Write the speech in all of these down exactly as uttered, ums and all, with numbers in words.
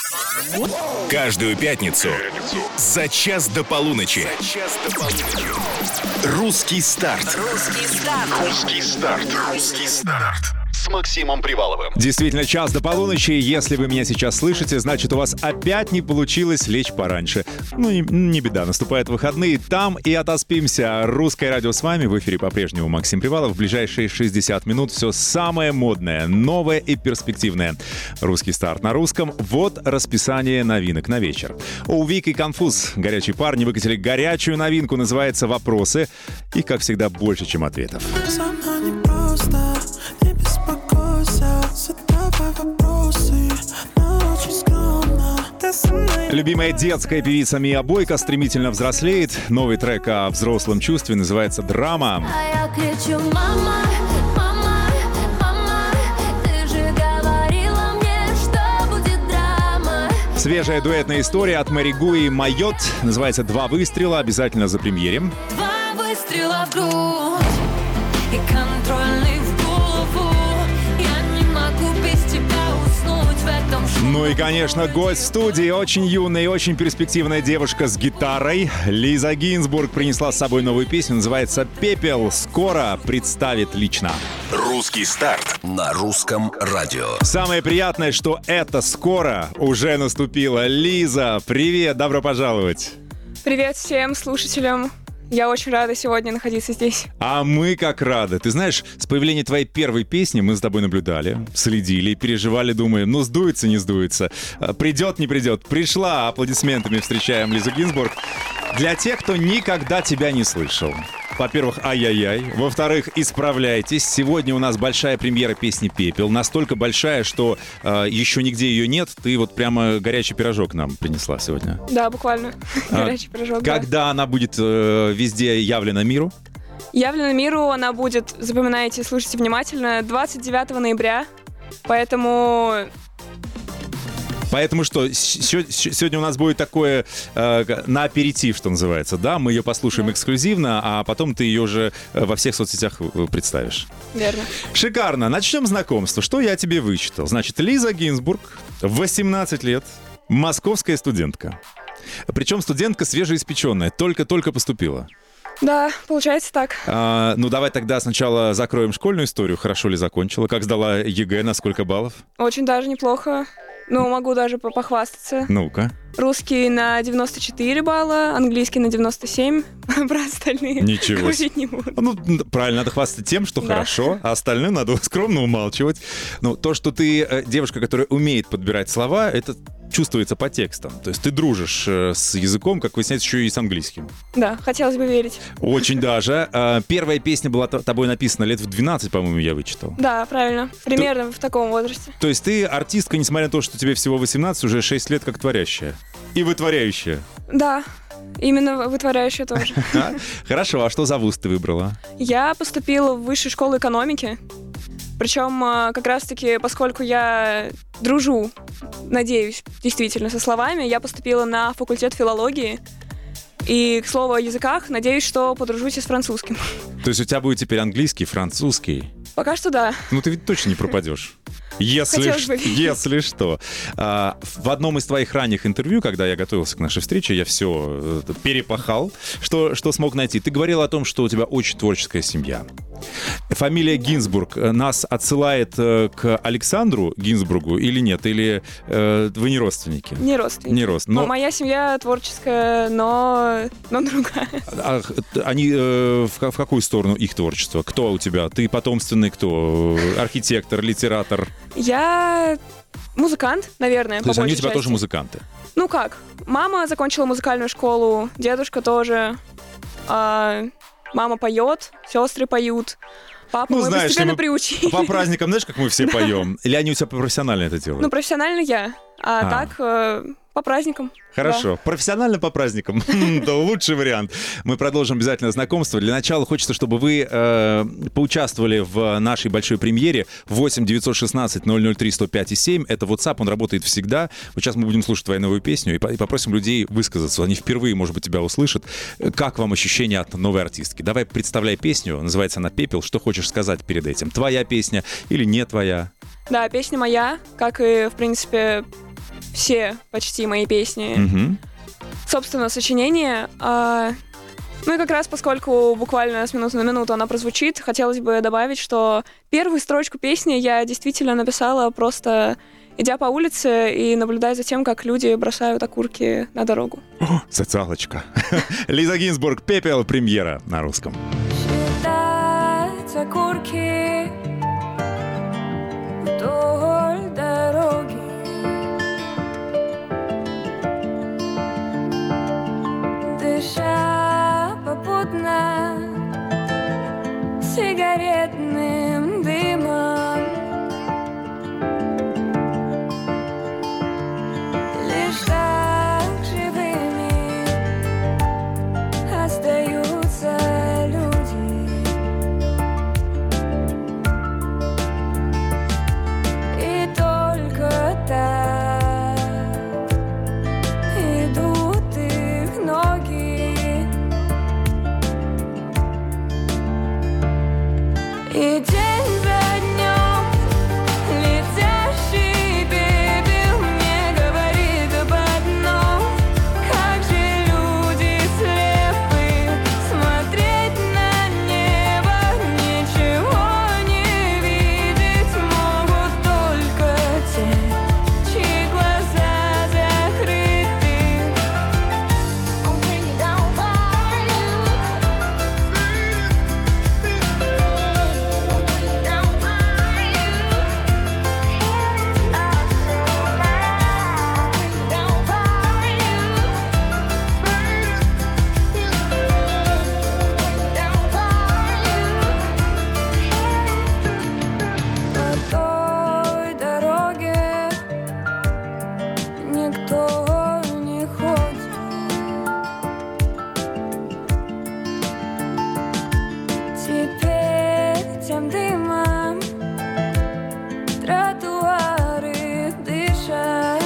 Каждую пятницу за час до полуночи. За час до полуночи. Русский старт. Русский старт. Русский старт. Русский старт. С Максимом Приваловым. Действительно, час до полуночи. Если вы меня сейчас слышите, значит, у вас опять не получилось лечь пораньше. Ну, не, не беда, наступают выходные. Там и отоспимся. Русское радио с вами. В эфире по-прежнему Максим Привалов. В ближайшие шестьдесят минут все самое модное, новое и перспективное. Русский старт на русском. Вот расписание новинок на вечер. У Вики Конфуз горячие парни выкатили горячую новинку. Называется «Вопросы». И, как всегда, больше, чем ответов. Любимая детская певица Мия Бойко стремительно взрослеет. Новый трек о взрослом чувстве называется «Драма». А я кричу: мама, мама, мама, ты же говорила мне, что будет драма. Свежая дуэтная история от Мэри Гу и Майот называется «Два выстрела». Обязательно запремьерим. Два выстрела в грудь и контрольный в голову. Я не могу без тебя уснуть в этом шоу. Ну и, конечно, гость в студии. Очень юная и очень перспективная девушка с гитарой. Лиза Гинзбург принесла с собой новую песню. Называется «Пепел». Скоро представит лично. Русский старт на русском радио. Самое приятное, что это скоро уже наступило. Лиза, привет, добро пожаловать. Привет всем слушателям. Я очень рада сегодня находиться здесь. А мы как рады. Ты знаешь, с появлением твоей первой песни мы с тобой наблюдали, следили, переживали, думаем, ну сдуется, не сдуется, придет, не придет. Пришла, аплодисментами встречаем Лизу Гинзбург. Для тех, кто никогда тебя не слышал. Во-первых, ай-яй-яй. Во-вторых, исправляйтесь. Сегодня у нас большая премьера песни «Пепел». Настолько большая, что э, еще нигде ее нет. Ты вот прямо горячий пирожок нам принесла сегодня. Да, буквально. А, горячий пирожок, да. Когда она будет э, везде явлена миру? Явлена миру она будет, запоминайте, слушайте внимательно, двадцать девятого ноября. Поэтому... Поэтому что, с- с- сегодня у нас будет такое э, на аперитив, что называется, да? Мы ее послушаем эксклюзивно, а потом ты ее уже э, во всех соцсетях э, представишь. Верно. Шикарно. Начнем знакомство. Что я тебе вычитал? Значит, Лиза Гинзбург, восемнадцать лет, московская студентка. Причем студентка свежеиспеченная, только-только поступила. Да, получается так. А, ну, давай тогда сначала закроем школьную историю. Хорошо ли закончила? Как сдала ЕГЭ? На сколько баллов? Очень даже неплохо. Ну, могу даже по- похвастаться. Ну-ка. Русский на девяносто четыре балла, английский на девяносто семь. Про остальные Ничего говорить не буду. Ну, правильно, надо хвастаться тем, что Да. хорошо, а остальное надо скромно умалчивать. Ну, то, что ты э, девушка, которая умеет подбирать слова, это чувствуется по текстам. То есть ты дружишь э, с языком, как выясняется, еще и с английским. Да, хотелось бы верить. Очень даже. Э, Первая песня была т- тобой написана лет в двенадцать, по-моему, я вычитал. Да, правильно. Примерно в таком возрасте. То есть ты артистка, несмотря на то, что тебе всего восемнадцать, уже шесть лет как творящая. И вытворяющая. Да, именно вытворяющая тоже. А? Хорошо, а что за вуз ты выбрала? Я поступила в высшую школу экономики. Причем а, как раз-таки, поскольку я дружу, надеюсь, действительно, со словами, я поступила на факультет филологии. И, к слову о языках, надеюсь, что подружусь и с французским. То есть у тебя будет теперь английский, французский. Пока что да. Ну ты ведь точно не пропадешь. Если, Хотелось ш- бы. если что. А, в одном из твоих ранних интервью, когда я готовился к нашей встрече, я все перепахал, что, что смог найти. Ты говорил о том, что у тебя очень творческая семья. Фамилия Гинзбург нас отсылает э, к Александру Гинзбургу или нет? Или э, вы не родственники? Не родственники. Не рост. Но Но моя семья творческая, но, но другая. а, х- они э, в, ка- в какую сторону их творчество? Кто у тебя? Ты потомственный кто? Архитектор, литератор? Я музыкант, наверное, То по есть они у большей тебя части. тоже музыканты? Ну как, мама закончила музыкальную школу, дедушка тоже. А, мама поет, сестры поют. Папу Ну, мы знаешь, постепенно мы приучили. По праздникам, знаешь, как мы все поем? Или они у тебя профессионально это делают? Ну, профессионально я. А, А. так, э, по праздникам. Хорошо. Профессионально по праздникам. Да, лучший вариант. Мы продолжим обязательно знакомство. Для начала хочется, чтобы вы э, поучаствовали в нашей большой премьере. восемь девятьсот шестнадцать ноль ноль три сто пять семь. Это WhatsApp, он работает всегда. Вот сейчас мы будем слушать твою новую песню и, по- и попросим людей высказаться. Они впервые, может быть, тебя услышат. Как вам ощущение от новой артистки? Давай представляй песню. Называется она «Пепел». Что хочешь сказать перед этим? Твоя песня или не твоя? Да, песня моя, как и, в принципе, все почти мои песни. Мгм. Собственно, сочинение. А, ну и как раз поскольку буквально с минуты на минуту она прозвучит, хотелось бы добавить, что первую строчку песни я действительно написала просто идя по улице и наблюдая за тем, как люди бросают окурки на дорогу. О, социалочка. Лиза Гинзбург, «Пепел», премьера на русском. Считать окурки вдоль дороги, дыша попутно сигаретным дымом, лишь так живыми остаются люди. И только так идут их ноги. И день за днем летящий пепел мне говорит об одном: как же люди слепы, смотреть на небо, ничего не видеть могут только те, чьи глаза закрыты. I'll bring it down for you. По той дороге никто не ходит. Теперь тем дымом тротуары дышат.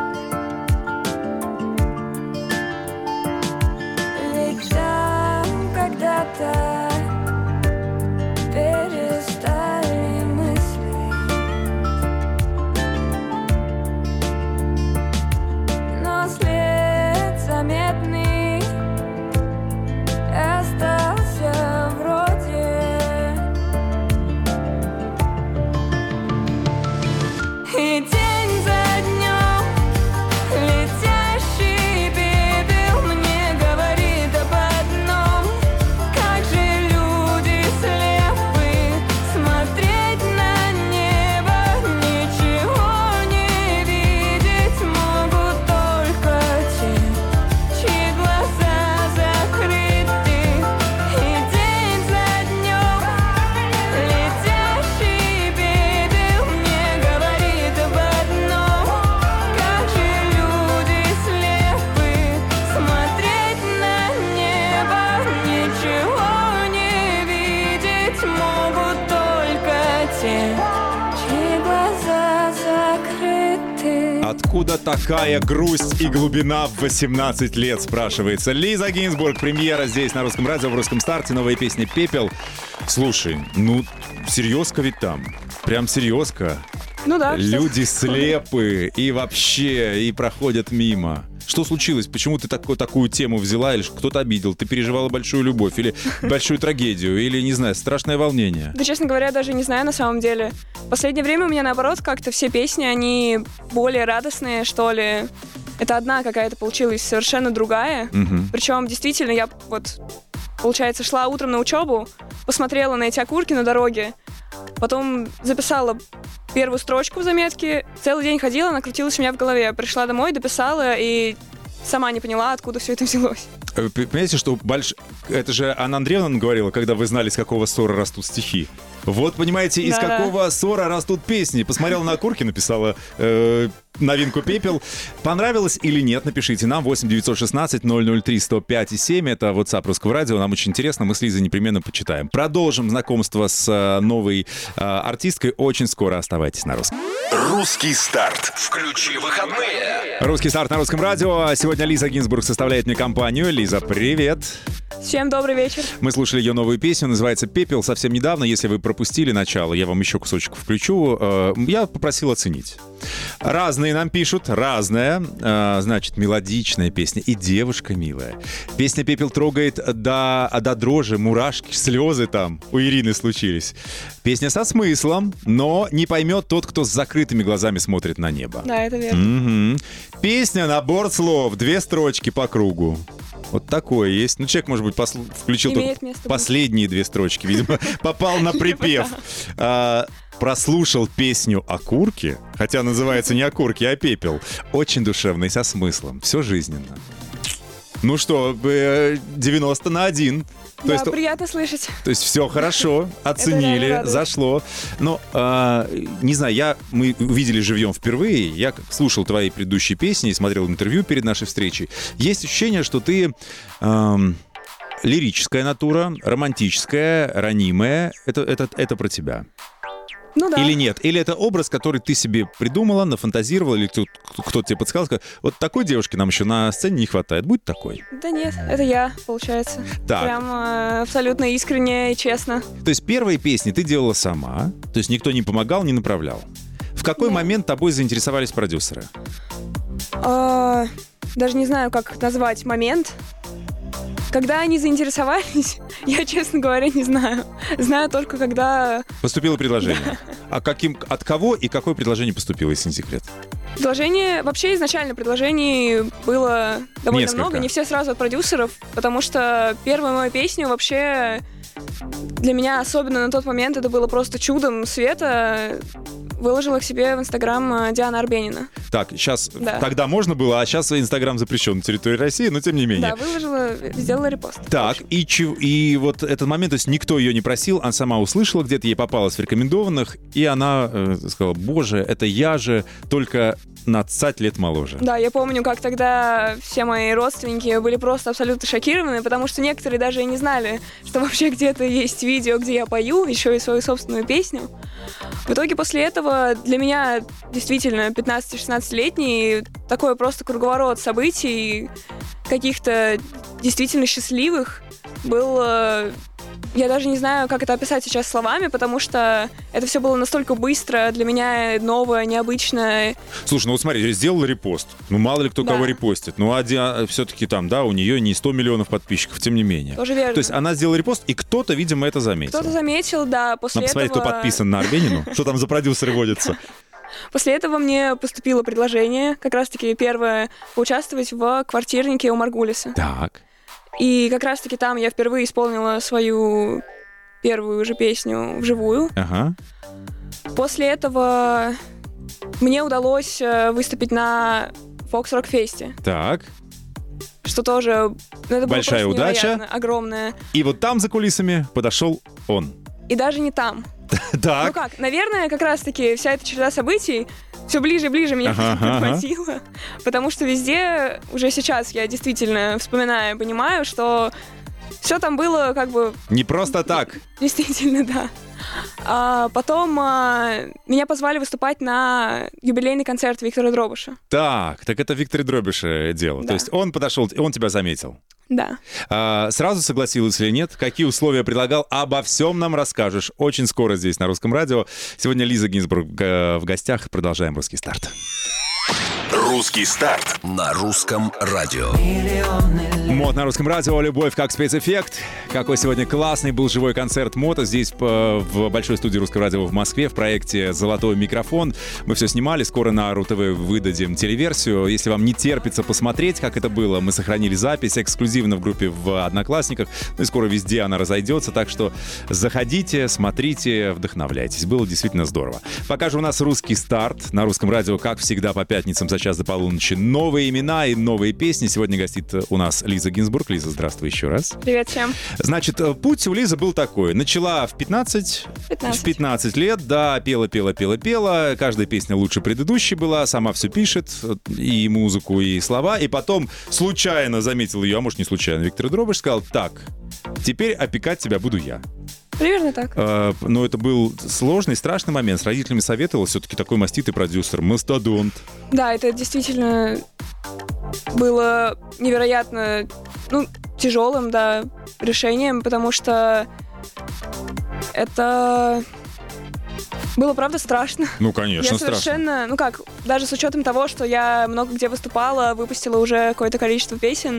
Ведь там когда-то перестали мыслить, но след заметный остался вроде. И день за днем летящий пепел мне говорит об одном: как же люди слепы, смотреть на небо, ничего не видеть могут только те, чьи глаза закрыты. И день за днем летящий пепел мне говорит об одном: как же люди слепы, смотреть на небо, ничего не видеть могут только те, чьи глаза закрыты. Откуда такая грусть и глубина в восемнадцать лет, спрашивается. Лиза Гинзбург, премьера здесь на Русском радио, в Русском старте, новая песня «Пепел». Слушай, ну, серьезка ведь там, прям серьезка. Ну да. что- Люди слепы и вообще, и проходят мимо. Что случилось? Почему ты такую, такую тему взяла? Или кто-то обидел? Ты переживала большую любовь? Или большую трагедию? Или, не знаю, страшное волнение? Да, честно говоря, даже не знаю на самом деле. В последнее время у меня, наоборот, как-то все песни, они более радостные, что ли. Это одна какая-то получилась совершенно другая. Мгм. Причем, действительно, я вот, получается, шла утром на учебу, посмотрела на эти окурки на дороге, потом записала первую строчку в заметке, целый день ходила, она крутилась у меня в голове. Пришла домой, дописала и сама не поняла, откуда все это взялось. Э, п- Понимаете, что больш... это же Анна Андреевна говорила, когда вы знали, с какого ссора растут стихи. Вот, понимаете, из Да-да. какого ссора растут песни. Посмотрела на окурки, написала э, новинку «Пепел». Понравилось или нет, напишите нам восемь девятьсот шестнадцать ноль ноль три сто пять и семь. Это WhatsApp Русского радио. Нам очень интересно, мы с Лизой непременно почитаем. Продолжим знакомство с э, новой э, артисткой очень скоро. Оставайтесь на русском. Русский старт. Включи выходные. Русский старт на Русском радио. Сегодня Лиза Гинзбург составляет мне компанию. Лиза, привет. Всем добрый вечер. Мы слушали ее новую песню, называется «Пепел», совсем недавно. Если вы пропустили начало, я вам еще кусочек включу. Я попросил оценить. Разные нам пишут, разная. Значит, мелодичная песня и девушка милая. Песня «Пепел» трогает до, до дрожи, мурашки, слезы там у Ирины случились. Песня со смыслом, но не поймет тот, кто с закрытыми глазами смотрит на небо. Да, это верно. Угу. Песня, набор слов, две строчки по кругу. Вот такое есть. Ну, человек, может быть, посл... включил только последние две строчки, видимо, попал на припев. А, прослушал песню «Окурки», хотя называется не «Окурки», а «Пепел». Очень душевный, со смыслом. Все жизненно. Ну что, девяносто на один. То да, есть, приятно слышать. То есть все хорошо, оценили, зашло. Но, э, не знаю, я, мы увидели живьем впервые, я слушал твои предыдущие песни и смотрел интервью перед нашей встречей. Есть ощущение, что ты э, лирическая натура, романтическая, ранимая. Это, это, это про тебя. Ну да. Или нет? Или это образ, который ты себе придумала, нафантазировала, или кто- кто-то тебе подсказал, сказал, вот такой девушки нам еще на сцене не хватает. Будь такой. Да нет, это я, получается. Так. Прям э, абсолютно искренне и честно. То есть первые песни ты делала сама, то есть никто не помогал, не направлял. В какой Да. момент тобой заинтересовались продюсеры? А, даже не знаю, как назвать момент. Когда они заинтересовались, я, честно говоря, не знаю. Знаю только, когда Поступило предложение. А каким, от кого и какое предложение поступило, если не секрет? предложение... Вообще, изначально предложений было довольно Несколько. много. Не все сразу от продюсеров, потому что первую мою песню вообще для меня, особенно на тот момент, это было просто чудом света. Выложила к себе в Инстаграм Диана Арбенина. Так, сейчас, Да. тогда можно было, а сейчас Инстаграм запрещен на территории России, но тем не менее. Да, выложила, сделала репост. Так, и, чё- и вот этот момент, то есть никто ее не просил, она сама услышала, где-то ей попалось в рекомендованных, и она э, сказала, боже, это я же, только на цать лет моложе. Да, я помню, как тогда все мои родственники были просто абсолютно шокированы, потому что некоторые даже и не знали, что вообще где-то есть видео, где я пою, еще и свою собственную песню. В итоге после этого для меня действительно пятнадцати-шестнадцатилетний такой просто круговорот событий, каких-то действительно счастливых, был... э, Я даже не знаю, как это описать сейчас словами, потому что это все было настолько быстро, для меня новое, необычное. Слушай, ну вот смотри, сделал репост. Ну мало ли кто Да. кого репостит. Ну а все-таки там, да, у нее не сто миллионов подписчиков, тем не менее. Тоже верно. То есть она сделала репост, и кто-то, видимо, это заметил. Кто-то заметил, да, после Надо посмотреть, этого... кто подписан на Арбенину, что там за продюсеры водятся. После этого мне поступило предложение, как раз-таки первое, поучаствовать в «Квартирнике» у Маргулиса. Так. И как раз-таки там я впервые исполнила свою первую же песню вживую. Ага. После этого мне удалось э, выступить на Фокс-Рок-фесте, Так. что тоже... ну, это было Большая просто удача. невероятно, огромное. И вот там за кулисами подошел он. И даже не там. Ну Так. как, наверное, как раз-таки вся эта череда событий все ближе и ближе меня Ага, ага, ага. подхватила. Потому что везде, уже сейчас я действительно вспоминаю, понимаю, что все там было как бы Не просто так. действительно, да. А потом а, меня позвали выступать на юбилейный концерт Виктора Дробыша. Так, так это Виктор Дробиша дело. Да. То есть он подошел, он тебя заметил. Да. А, сразу согласилась или нет? Какие условия предлагал? Обо всем нам расскажешь. Очень скоро здесь на Русском радио. Сегодня Лиза Гинзбург э, в гостях. Продолжаем «Русский старт». Русский старт на русском радио. Мод на Русском радио, любовь как спецэффект. Какой сегодня классный был живой концерт Мода здесь в, в большой студии Русского радио в Москве в проекте «Золотой микрофон». Мы все снимали, скоро на РУ-ТВ выдадим телеверсию. Если вам не терпится посмотреть, как это было, мы сохранили запись эксклюзивно в группе в Одноклассниках. Ну и скоро везде она разойдется, так что заходите, смотрите, вдохновляйтесь. Было действительно здорово. Пока же у нас «Русский старт» на Русском радио, как всегда, по пятницам за час до полуночи. Новые имена и новые песни. Сегодня гостит у нас Лиза Гинзбург. Лиза, здравствуй еще раз. Привет всем. Значит, путь у Лизы был такой. Начала в пятнадцать, пятнадцать. в пятнадцать лет, да, пела, пела, пела, пела. Каждая песня лучше предыдущей была. Сама все пишет, и музыку, и слова. И потом случайно заметил ее, а может не случайно, Виктор Дробыш сказал, так, теперь опекать тебя буду я. Примерно так. Э, но это был сложный, страшный момент. С родителями советовал, все-таки такой маститый продюсер, мастодонт. Да, это действительно было невероятно... Ну, тяжелым, да, решением, потому что это было, правда, страшно. Ну, конечно, я страшно. совершенно, ну как, даже с учетом того, что я много где выступала, выпустила уже какое-то количество песен,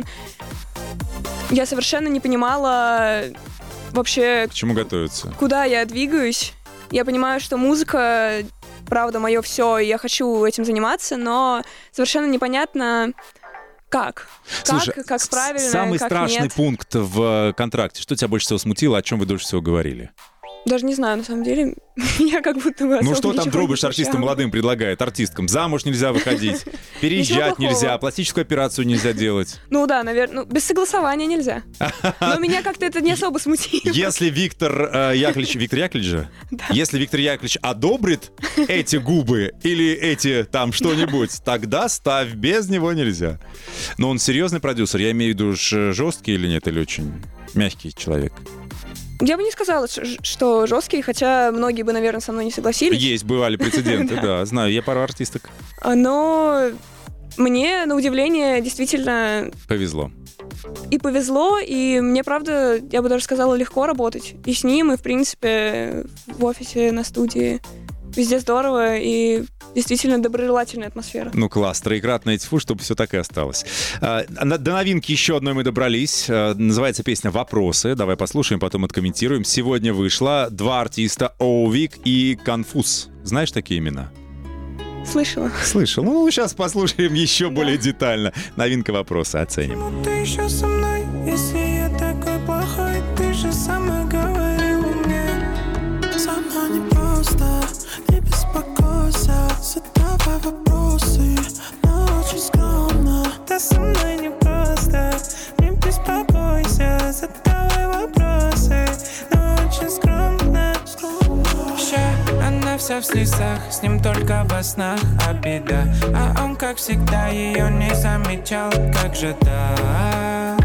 я совершенно не понимала вообще... К чему готовиться? Куда я двигаюсь. Я понимаю, что музыка, правда, мое все, и я хочу этим заниматься, но совершенно непонятно, как. Слушай, как, как правильно, самый как страшный нет. пункт в контракте, что тебя больше всего смутило, о чем вы дольше всего говорили? Даже не знаю, на самом деле. Я как будто бы Ну особо что там ничего Дробыш не артистам замечала. молодым предлагает, артисткам? Замуж нельзя выходить, переезжать Ничего плохого. нельзя, пластическую операцию нельзя делать. Ну да, наверное, ну, без согласования нельзя. Но меня как-то это не особо смутило. Если Виктор э, Яковлевич, Виктор Яковлевич же, если Виктор Яковлевич одобрит эти губы или эти там что-нибудь, тогда ставь, без него нельзя. Но он серьезный продюсер, я имею в виду ж- жесткий или нет, или очень мягкий человек? Я бы не сказала, ш- что жесткий, хотя многие бы, наверное, со мной не согласились. Есть, бывали прецеденты, да, знаю, я пару артисток. А, Но мне, на удивление, действительно Повезло. и повезло, и мне, правда, я бы даже сказала, легко работать. И с ним, и, в принципе, в офисе, на студии. Везде здорово, и действительно доброжелательная атмосфера. Ну класс, троекратный тьфу, чтобы все так и осталось. А, на- до новинки еще одной мы добрались. А, называется песня «Вопросы». Давай послушаем, потом откомментируем. Сегодня вышло два артиста Оувик и Конфуз. Знаешь такие имена? Слышала. Слышал. Ну, сейчас послушаем еще более детально. Новинка «Вопросы». Оценим. Почему ты еще со мной, если я такой плохой? Ты же сама говорила мне. Сама не просто, не беспокойся, задавай вопросы, но очень скромно. Ты со мной не просто, не беспокойся, задавай вопросы, но очень скромно. Ща она вся в слезах, с ним только во снах обида. А он, как всегда, ее не замечал. Как же так?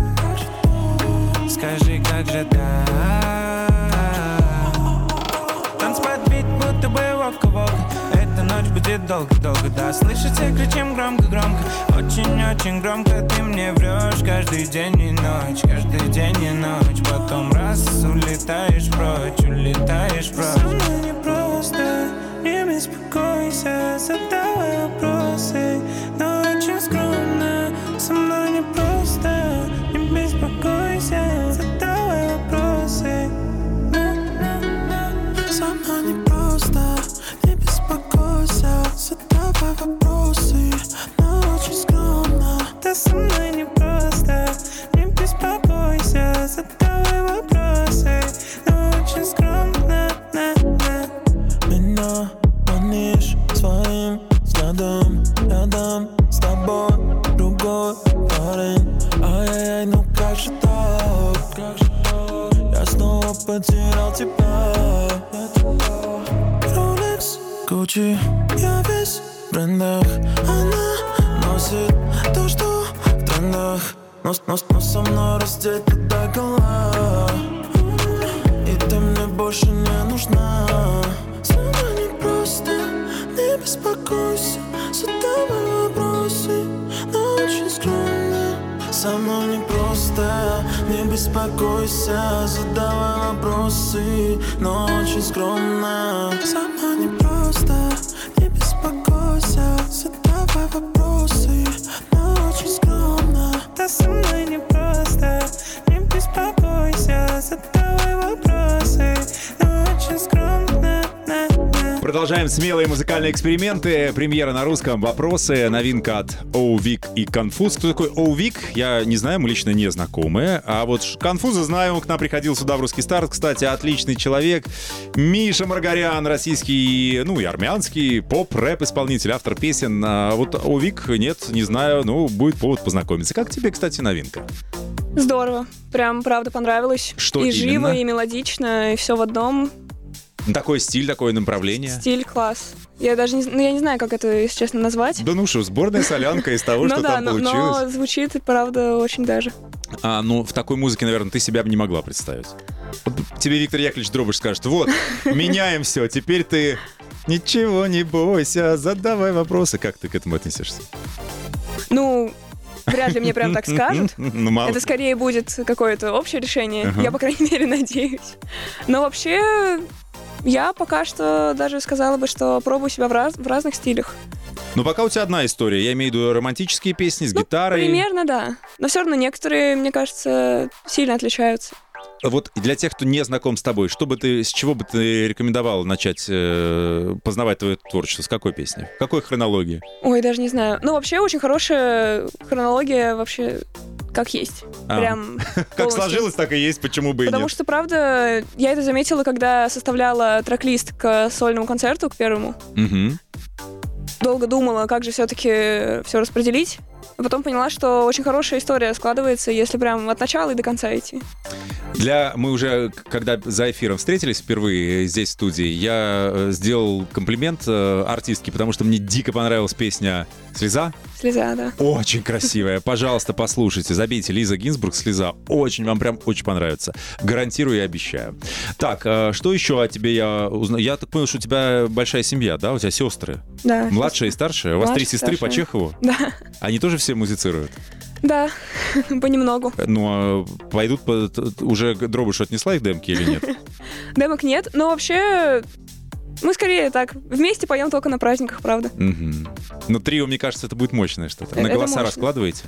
Скажи, как же так? Танцпад бит, будто бы вок-вок. Эта ночь будет долго-долго, да. Слышите, кричим громко-громко. Очень-очень громко ты мне врешь. Каждый день и ночь, каждый день и ночь. Потом раз улетаешь прочь, улетаешь прочь. Со мной не просто, не беспокойся, задавай вопросы, но очень скромно. Со мной не просто, не беспокойся, задавай вопросы. Со мной не просто, не беспокойся, задавай вопросы, но очень скромно. Ты со мной не просто, не беспокойся, задавай вопросы, но очень скромно. Меня манишь своим взглядом, рядом с тобой другой парень. Ай-яй-яй, ну как же так? Я снова потерял тебя. Rolex, Gucci, я весь в брендах. Она носит то, что в трендах. Но, но, но со мной раздета до гола. И ты мне больше не нужна. Со мной не просто, не беспокойся, задавай вопросы, но очень скромно. Со мной не просто, не беспокойся, задавай вопросы, но очень скромно. Со мной не просто, не беспокойся, задавай вопросы, но очень скромно. Да со мной не просто, не беспокойся, задавай вопросы, но очень скромно. Продолжаем смелые музыкальные эксперименты. Премьера на русском «Вопросы». Новинка от Оувик и Конфуз. Кто такой Оувик? Я не знаю, мы лично не знакомы. А вот Конфуза знаю, он к нам приходил сюда в «Русский старт». Кстати, отличный человек. Миша Маргарян, российский, ну и армянский поп-рэп-исполнитель, автор песен. А вот Оувик, нет, не знаю, ну, будет повод познакомиться. Как тебе, кстати, новинка? Здорово. Прям, правда, понравилось. Что и именно? живо, и мелодично, и все в одном. Такой стиль, такое направление. Стиль класс. Я даже не, ну, я не знаю, как это, если честно, назвать. Да ну что, сборная солянка из того, что Ну да, там но, получилось. но звучит, правда, очень даже. А, ну, в такой музыке, наверное, ты себя бы не могла представить. Вот тебе Виктор Яковлевич Дробыш скажет: вот, меняем все, теперь ты ничего не бойся, задавай вопросы. Как ты к этому отнесешься? Ну, вряд ли мне прям так скажут. Ну, мало. Это скорее будет какое-то общее решение. Ага. Я, по крайней мере, надеюсь. Но вообще, я пока что даже сказала бы, что пробую себя в, раз- в разных стилях. Ну, пока у тебя одна история. Я имею в виду романтические песни с Ну, гитарой. примерно, да. Но все равно некоторые, мне кажется, сильно отличаются. Вот для тех, кто не знаком с тобой, что бы ты, с чего бы ты рекомендовал начать э, познавать твое творчество? С какой песни? В какой хронологии? Ой, даже не знаю. Ну, вообще, очень хорошая хронология вообще как есть. А. Прям Как полностью. сложилось, так и есть, почему бы и Потому нет. что, правда, я это заметила, когда составляла трек-лист к сольному концерту, к первому. Мгм. Долго думала, как же все-таки все распределить. А потом поняла, что очень хорошая история складывается, если прям от начала и до конца идти. Для... Мы уже, когда за эфиром встретились впервые здесь, в студии, я э, сделал комплимент э, артистке, потому что мне дико понравилась песня «Слеза». Слеза, да. Очень красивая. Пожалуйста, послушайте. Забейте Лиза Гинзбург «Слеза». Очень, вам прям очень понравится. Гарантирую и обещаю. Так, э, что еще о тебе я узнаю? Я так понял, что у тебя большая семья, да? У тебя сестры? Да. Младшая и старшая? У вас три Младшая, сестры по старшая. Чехову? Да. Они тоже все музицируют? Да, понемногу. Ну, а пойдут по... Уже Дробыш отнесла их демки или нет? Демок нет, но вообще мы скорее так вместе поем только на праздниках, правда. Мгм. Но трио, мне кажется, это будет мощное что-то. На Это голоса мощно. раскладываете?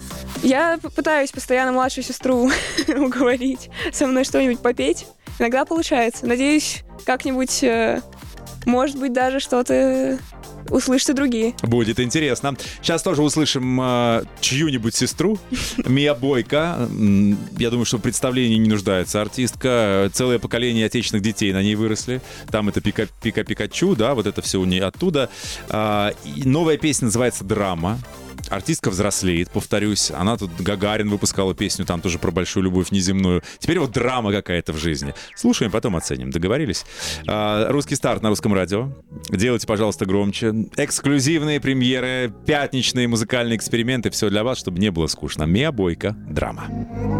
Я п- пытаюсь постоянно младшую сестру уговорить со мной что-нибудь попеть. Иногда получается. Надеюсь, как-нибудь, э, может быть, даже что-то услышат и другие. Будет интересно. Сейчас тоже услышим э, чью-нибудь сестру. Мия Бойко. М, Я думаю, что в представлении не нуждается артистка. Целое поколение отечественных детей на ней выросли. Там это Пика, Пика Пикачу, да, вот это все у нее оттуда. А, и новая песня называется «Драма». Артистка взрослеет, повторюсь. Она тут, Гагарин выпускала песню, там тоже про большую любовь неземную. Теперь вот драма какая-то в жизни. Слушаем, потом оценим. Договорились? А, русский старт на русском радио. Делайте, пожалуйста, громче. Эксклюзивные премьеры, пятничные музыкальные эксперименты. Все для вас, чтобы не было скучно. Мия Бойко, «Драма».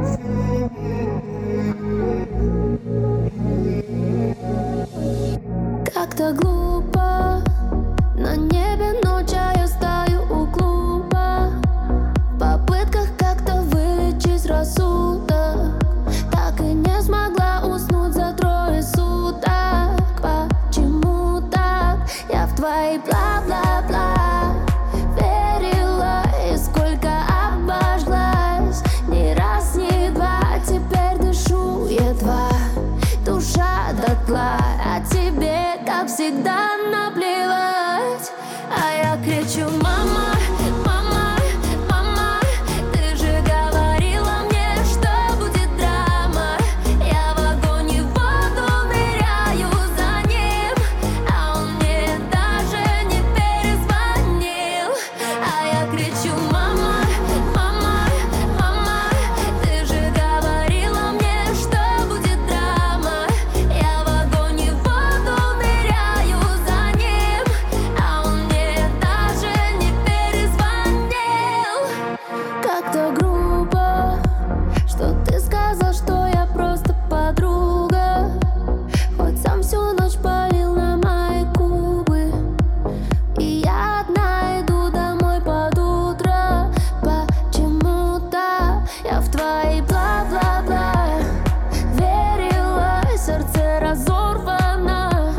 Как-то глупо на небе ночь, а я стою у клуба в попытках как-то вылечить рассудок. Так и не смогла уснуть за трое суток. Почему так? Я в твои бла-бла-бла верила, и сколько обожглась. Ни раз, ни два, теперь дышу едва. Душа дотла, а тебе, как всегда, наплевать. А я кричу: мама, мама, мама, ты же говорила мне, что будет драма. Я в огонь и в воду ныряю за ним, а он мне даже не перезвонил. А я кричу: мама, мама, мама, ты же говорила мне, что будет драма. Я в огонь и в воду ныряю за ним, а он мне даже не перезвонил. Как-то грубо, что ты сказал, что я просто подруга, хоть сам всю ночь палил на мои губы. И я одна иду домой под утро. Почему-то я в твои бла-бла-бла верила, сердце разорвано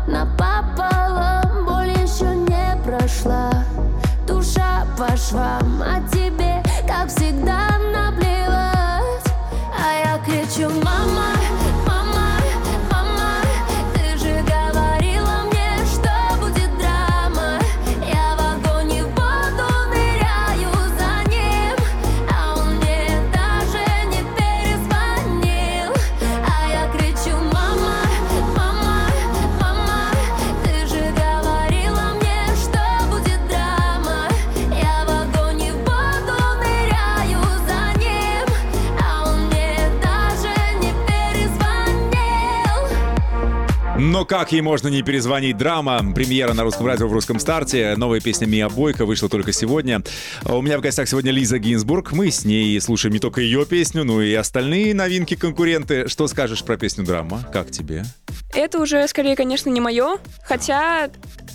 напополам, боль еще не прошла, душа по швам, а тебе, как всегда, наплевать. А я кричу: мама, мама, мама, ты же говорила мне, что будет драма. Я в огонь и в воду ныряю за ним, а он мне даже не перезвонил. А я кричу: мама, мама, мама, ты же говорила мне, что будет драма. Я в огонь и в воду ныряю за ним, а он мне даже не перезвонил. Но как ей можно не перезвонить? «Драма». Премьера на русском радио в русском старте. Новая песня Мия Бойко вышла только сегодня. У меня в гостях сегодня Лиза Гинзбург. Мы с ней слушаем не только ее песню, но и остальные новинки-конкуренты. Что скажешь про песню «Драма»? Как тебе? Это уже, скорее, конечно, не мое. Хотя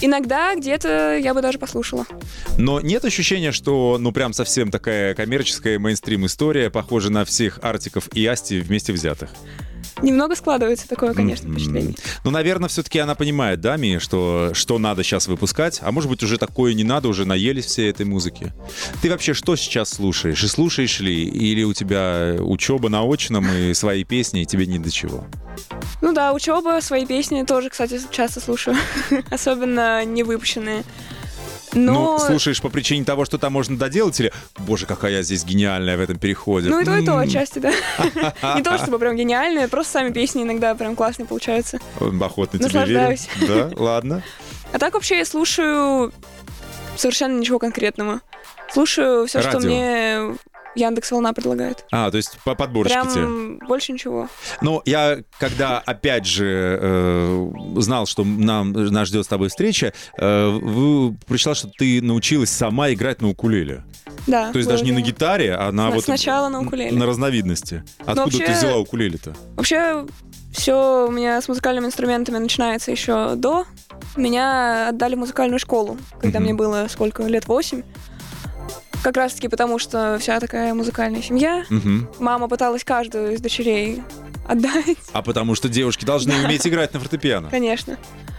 Иногда где-то я бы даже послушала. Но нет ощущения, что ну прям совсем такая коммерческая мейнстрим-история, похожа на всех Артиков и Асти вместе взятых? Немного складывается такое, конечно, М-м. впечатление. Ну, наверное, все-таки она понимает, да, Мия, что, что надо сейчас выпускать, а может быть, уже такое не надо, уже наелись все этой музыки. Ты вообще что сейчас слушаешь? И слушаешь ли? Или у тебя учеба на очном и свои песни, и тебе ни до чего? Ну да, учеба, свои песни тоже, кстати, часто слушаю. Особенно не выпущенные. Но... Ну, слушаешь по причине того, что там можно доделать, или «Боже, какая я здесь гениальная в этом переходе». Ну и то, и то, М. отчасти, да. Не то, чтобы прям гениальные, просто сами песни иногда прям классные получаются. Охотно тебе верю. Наслаждаюсь. Да, ладно. А так вообще я слушаю совершенно ничего конкретного. Слушаю все, что Радио. мне Яндекс.Волна предлагает. А, то есть по подборочке тебе. Прям больше ничего. Ну, я, когда, опять же, э, знал, что нам, нас ждет с тобой встреча, э, вы, прочитал, что ты научилась сама играть на укулеле. Да. То есть даже не на было дело. гитаре, а на Да, вот... сначала на укулеле. На разновидности. Откуда вообще- ты взяла укулеле-то? Вообще, все у меня с музыкальными инструментами начинается еще до. Меня отдали в музыкальную школу, когда Мгм. мне было сколько, лет восемь. Как раз-таки потому, что вся такая музыкальная семья. Мгм. Мама пыталась каждую из дочерей отдать, А потому что девушки должны уметь играть на фортепиано. конечно.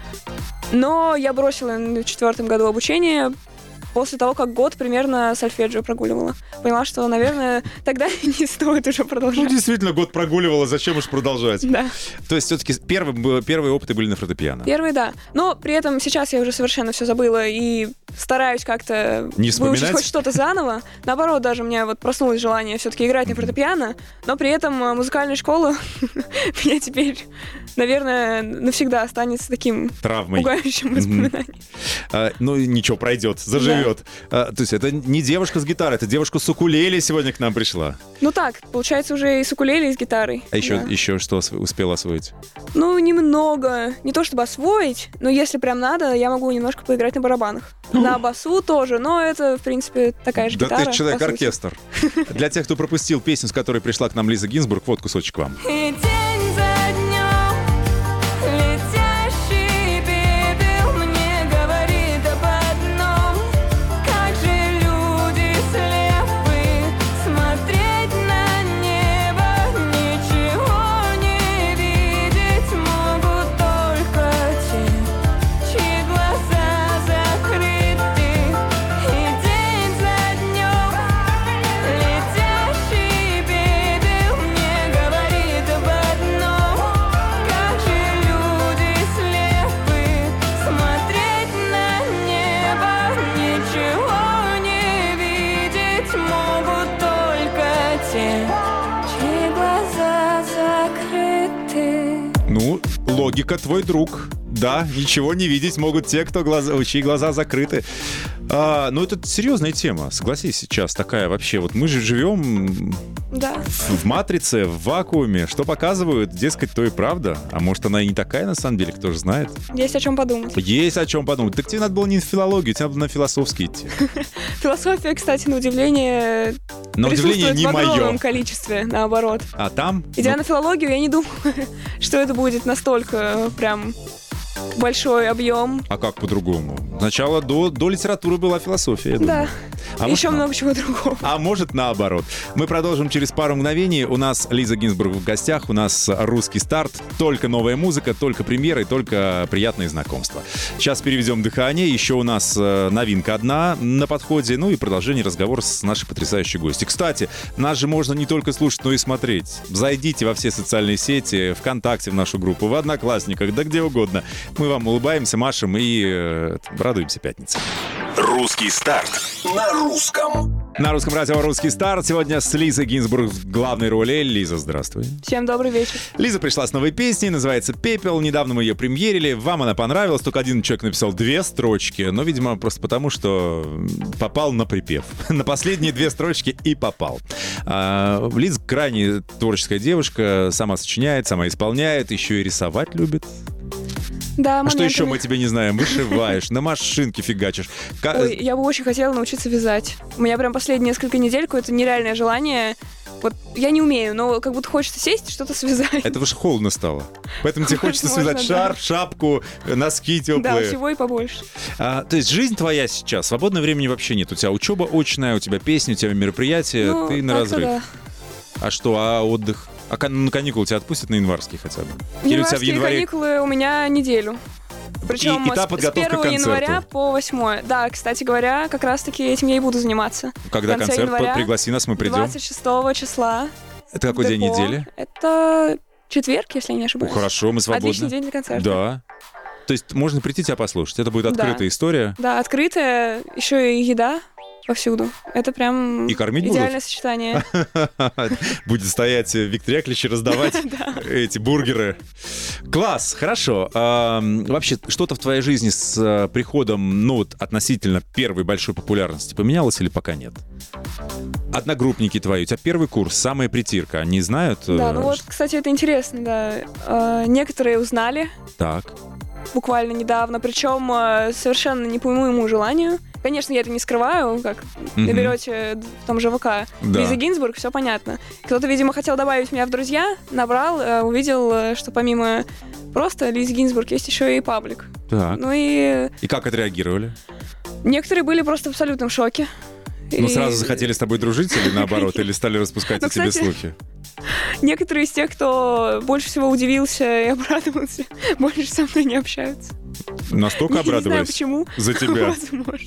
Но я бросила на четвертом году обучение после того, как год примерно сольфеджио прогуливала. Поняла, что, наверное, тогда не стоит уже Ну, продолжать. действительно, год прогуливала, зачем уж продолжать? Да. То есть все-таки первые, первые опыты были на фортепиано. Первый, да. Но при этом сейчас я уже совершенно все забыла и стараюсь как-то Не выучить вспоминать? хоть что-то заново. Наоборот, даже у меня вот проснулось желание все-таки играть на фортепиано, но при этом э, музыкальная школа меня теперь, наверное, навсегда останется таким Травмой. пугающим Мгм. воспоминанием. А, ну, ничего, пройдет, заживет. А, то есть это не девушка с гитарой, это девушка с укулеле сегодня к нам пришла. Ну так, получается уже и с укулеле, и с гитарой. А еще, Да. еще что осво- успела освоить? Ну, немного. Не то чтобы освоить, но если прям надо, я могу немножко поиграть на барабанах. На басу тоже, но это, в принципе, такая же Да гитара. ты по человек-оркестр. Для тех, кто пропустил песню, с которой пришла к нам Лиза Гинзбург, вот кусочек вам. И день за днем летящий пепел мне говорит об одном: как же люди слепы, смотреть на небо, ничего не видеть могут только те, чьи глаза закрыты. И день за днем летящий пепел мне говорит об одном: как же люди слепы, смотреть на небо, ничего не видеть могут только те, чьи глаза закрыты. Ну, логика твой друг. Да, ничего не видеть могут те, кто глаза, чьи глаза закрыты. А, ну, это серьезная тема, согласись, сейчас такая вообще. Вот мы же живем Да. в, в матрице, в вакууме. Что показывают, дескать, то и правда. А может, она и не такая на самом деле, кто же знает. Есть о чем подумать. Есть о чем подумать. Так тебе надо было не на филологию, тебе надо было на философский идти. Философия, кстати, на удивление, На удивление, присутствует не в огромном мое. количестве, наоборот. А там... Идя ну, на филологию, я не думала, что это будет настолько прям большой объем. а как по-другому? Сначала до, до литературы была философия, я думаю. Да. А Еще может, на- много чего другого. А может, наоборот. Мы продолжим через пару мгновений. У нас Лиза Гинзбург в гостях, у нас русский старт. Только новая музыка, только премьеры, и только приятные знакомства. Сейчас переведем дыхание. Еще у нас э, новинка одна на подходе. Ну и продолжение разговора с нашей потрясающей гостью. Кстати, нас же можно не только слушать, но и смотреть. Зайдите во все социальные сети, ВКонтакте, в нашу группу, в Одноклассниках, да где угодно. Мы вам улыбаемся, машем и э, радуемся пятнице. Русский старт на русском. На русском радио «Русский старт». Сегодня с Лизой Гинзбург в главной роли. Лиза, здравствуй. Всем добрый вечер. Лиза пришла с новой песней, называется «Пепел». Недавно мы ее премьерили. Вам она понравилась. Только один человек написал две строчки. Но, видимо, просто потому, что попал на припев. На последние две строчки и попал. А, Лиза крайне творческая девушка. Сама сочиняет, сама исполняет. Еще и рисовать любит. Да, А что еще моментами. мы тебе не знаем? Вышиваешь, на машинке фигачишь. Ка- Ой, я бы очень хотела научиться вязать. У меня прям последние несколько недель какое-то нереальное желание Вот я не умею, но как будто хочется сесть и что-то связать. Это уже холодно стало. Поэтому тебе хочется Возможно, связать да. шарф, шапку, носки Да, теплые. всего и побольше. А, то есть жизнь твоя сейчас, свободного времени вообще нет. У тебя учеба очная, у тебя песни, у тебя мероприятия, Ну, ты на так-то разрыв. да. А что, а отдых? А кан- на каникулы тебя отпустят на январский хотя бы? Или у тебя в Январские январе... каникулы у меня неделю. Причем И- и та с- подготовка с к первого концерту. января по восьмое. Да, кстати говоря, как раз-таки этим я и буду заниматься. Когда в конце концерт? января, Пригласи нас, мы придем. двадцать шестого числа. Это какой день Депо. недели? Это четверг, если я не Ну, ошибаюсь. хорошо, мы свободны. Отличный день для концерта. Да. То есть можно прийти тебя послушать. Это будет открытая Да. история. Да, открытая, еще и еда повсюду. Это прям И кормить будут? идеальное сочетание. Будет стоять Виктор Яковлевич и раздавать эти бургеры. Класс, хорошо. А, вообще, что-то в твоей жизни с а, приходом, ну, вот, относительно первой большой популярности поменялось или пока нет? Одногруппники твои, у тебя первый курс, самая притирка, они знают? Да, э, ну вот, ш- кстати, это интересно, да. Э, Некоторые узнали Так. буквально недавно, причем э, совершенно не по моему желанию. Конечно, я это не скрываю, как Мгм. наберете в том же ВК Да. Лиза Гинзбург, все понятно. Кто-то, видимо, хотел добавить меня в друзья, набрал, э, увидел, э, что помимо просто Лизы Гинзбург есть еще и паблик. Так. Ну и И как отреагировали? некоторые были просто в абсолютном шоке. Ну, И сразу захотели с тобой дружить или наоборот, или стали распускать Ну, о тебе кстати, слухи? Некоторые из тех, кто больше всего удивился и обрадовался, больше со мной не общаются. Настолько Не знаю обрадовались почему. за тебя. Возможно.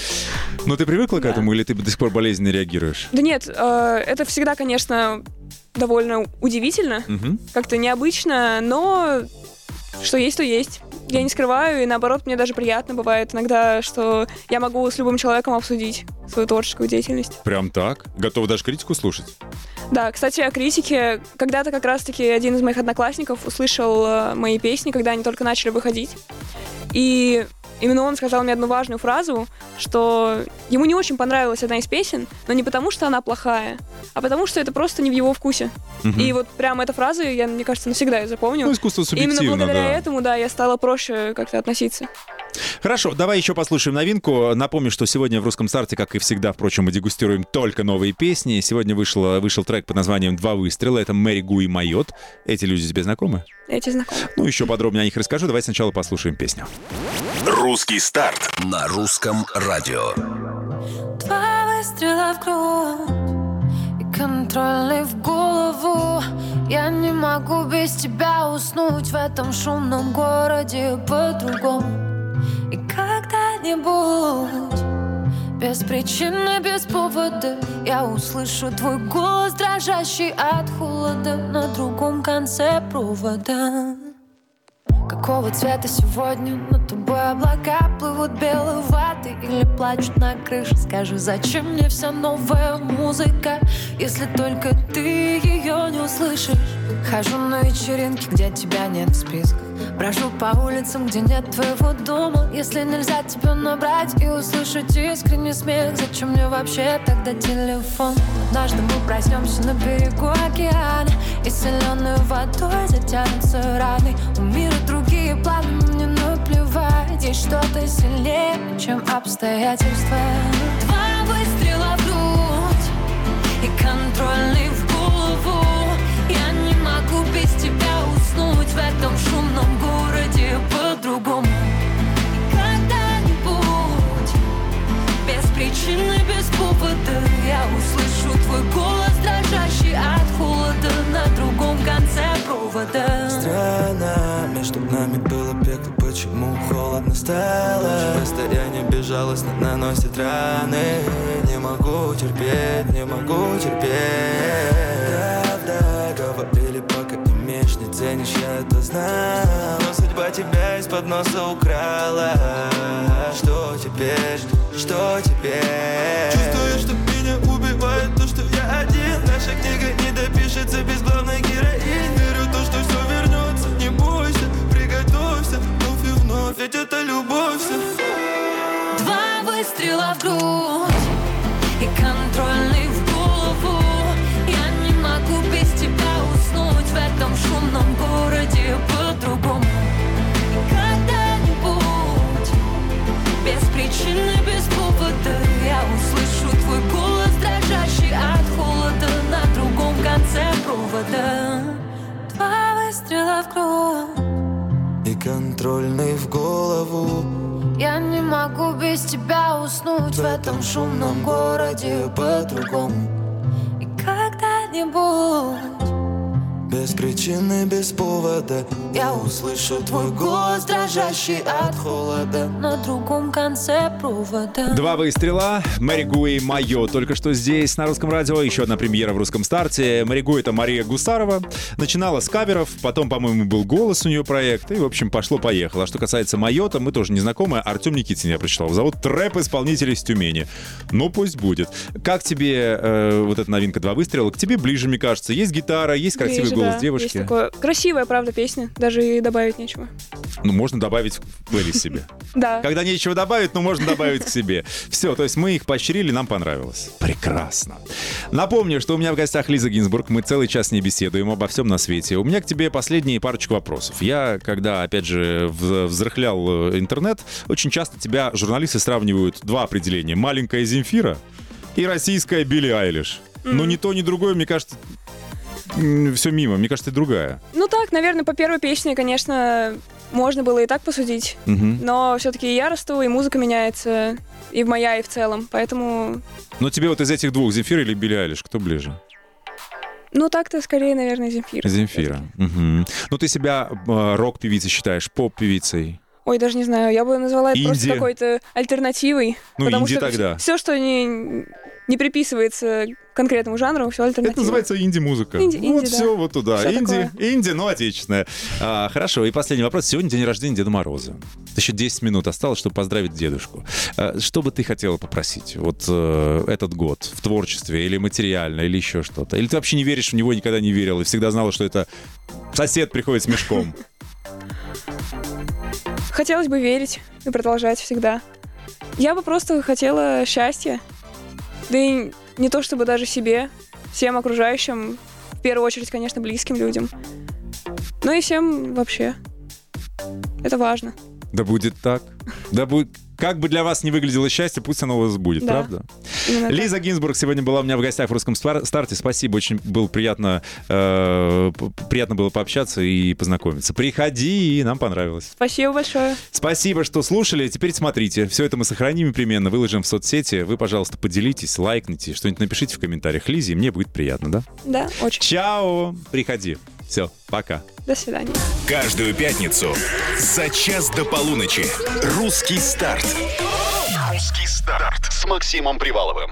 Но ты привыкла к Да. этому или ты до сих пор болезненно реагируешь? Да нет, э, это всегда, конечно, довольно удивительно, Мгм. как-то необычно, но что есть, то есть. Я не скрываю, и наоборот, мне даже приятно бывает иногда, что я могу с любым человеком обсудить свою творческую деятельность. Прям так? Готова даже критику слушать? Да, кстати, о критике. Когда-то как раз-таки один из моих одноклассников услышал э, мои песни, когда они только начали выходить. И именно он сказал мне одну важную фразу, что ему не очень понравилась одна из песен, но не потому, что она плохая, а потому, что это просто не в его вкусе. Мгм. И вот прям эта фраза, я, мне кажется, навсегда ее запомню. Ну, искусство субъективно, Именно благодаря да. этому, да, я стала проще как-то относиться. Хорошо, давай еще послушаем новинку. Напомню, что сегодня в «Русском старте», как и всегда, впрочем, мы дегустируем только новые песни. Сегодня вышел, вышел трек под названием «Два выстрела». Это Мэри Гу и Майот. Эти люди тебе знакомы? Эти знакомы. Ну, еще подробнее о них расскажу. Давай сначала послушаем песню. Русский старт на русском радио. Два выстрела в грудь и контрольный в голову. Я не могу без тебя уснуть в этом шумном городе по-другому. И когда-нибудь, без причины, без повода, я услышу твой голос, дрожащий от холода на другом конце провода. Какого цвета сегодня над тобой облака плывут белой ваты или плачут на крыше? Скажи, зачем мне вся новая музыка, если только ты ее не услышишь? Хожу на вечеринки, где тебя нет в списках. Брожу по улицам, где нет твоего дома. Если нельзя тебя набрать и услышать искренний смех, зачем мне вообще тогда телефон? Однажды мы проснемся на берегу океана, и соленой водой затянутся раны. У мира другие планы, мне наплевать. Есть что-то сильнее, чем обстоятельства. Два выстрела в грудь и контрольный в голову. Я не могу без тебя уснуть в этом шумном городе по-другому. И когда-нибудь, без причины, без повода, я услышу твой голос, дрожащий от холода на другом конце провода. Странно, между нами было пекло, почему холодно стало? Расстояние безжалостно наносит раны. Не могу терпеть, не могу терпеть. Правда, говорили, пока имеешь, не ценишь, я это знал. Но судьба тебя из-под носа украла. Что теперь, что теперь? Чувствую, что меня убивает то, что я один. Наша книга не допишется без главной героини. Верю в то, что все вернется, не бойся, приготовься вновь и вновь, ведь это любовь вся. Два выстрела в грудь и контрольный в голову. Я не могу без тебя уснуть в этом шумном городе по-другому. И когда-нибудь, без причины, без повода, я услышу твой голос, дрожащий от холода на другом Бесконтрольный в голову. Я не могу без тебя уснуть в этом шумном городе по-другому. И когда-нибудь без причины, без повода я услышу твой голос, дрожащий от холода на другом конце провода. Два выстрела. Мэри Гу и Майо только что здесь, на Русском радио. Еще одна премьера в Русском старте. Мэри Гу — это Мария Гусарова. Начинала с каверов, потом, по-моему, был «Голос» у нее проект. И, в общем, пошло-поехало. А что касается Майо, то мы тоже не знакомы. Артем Никитин, я прочитал. Зовут трэп-исполнитель из Тюмени. Ну, пусть будет. Как тебе э, вот эта новинка «Два выстрела»? К тебе ближе, мне кажется. Есть гитара, есть красивый Ближе, голос да. девушки. Есть такое. Красивая, правда, песня. Даже и добавить нечего. Ну, можно добавить в плейлист себе. Да. Когда нечего добавить, ну, можно добавить к себе. Все, то есть мы их поощрили, нам понравилось. Прекрасно. Напомню, что у меня в гостях Лиза Гинзбург. Мы целый час с ней беседуем обо всем на свете. У меня к тебе последние парочку вопросов. Я, когда, опять же, взрыхлял интернет, очень часто тебя журналисты сравнивают два определения. Маленькая Земфира и российская Билли Айлиш. Mm-hmm. Но ни то, ни другое, мне кажется, все мимо. Мне кажется, ты другая. Ну так, наверное, по первой песне, конечно, можно было и так посудить. Угу. Но все-таки я расту, и музыка меняется, и моя, и в целом. Поэтому... Но тебе вот из этих двух, Земфира или Билли Айлиш, кто ближе? Ну так-то скорее, наверное, Земфира. Земфира. Угу. Ну ты себя э, рок-певицей считаешь, поп-певицей? Ой, даже не знаю, я бы назвала это инди. Просто какой-то альтернативой. Ну, потому инди что тогда. Все, что не, не приписывается конкретному жанру, все альтернатива. Это называется инди-музыка. Инди, вот инди, все да. вот туда. Всё инди, такое. инди, но отечественная. А, хорошо, и последний вопрос. Сегодня день рождения Деда Мороза. Еще десять минут осталось, чтобы поздравить дедушку. А, что бы ты хотела попросить вот э, этот год в творчестве или материально, или еще что-то? Или ты вообще не веришь в него, никогда не верил, и всегда знала, что это сосед приходит с мешком? Хотелось бы верить и продолжать всегда. Я бы просто хотела счастья. Да и не то чтобы даже себе, всем окружающим, в первую очередь, конечно, близким людям. Ну и всем вообще. Это важно. Да будет так. Да будет... Как бы для вас не выглядело счастье, пусть оно у вас будет, Да. правда? Именно Лиза так. Гинзбург сегодня была у меня в гостях в Русском старте. Спасибо, очень было приятно, э, приятно было пообщаться и познакомиться. Приходи, и нам понравилось. Спасибо большое. Спасибо, что слушали. Теперь смотрите, все это мы сохраним непременно, выложим в соцсети. Вы, пожалуйста, поделитесь, лайкните, что-нибудь напишите в комментариях Лизе, и мне будет приятно, да? Да, очень. Чао, приходи. Все, пока. До свидания. Каждую пятницу за час до полуночи «Русский старт». «Русский старт» с Максимом Приваловым.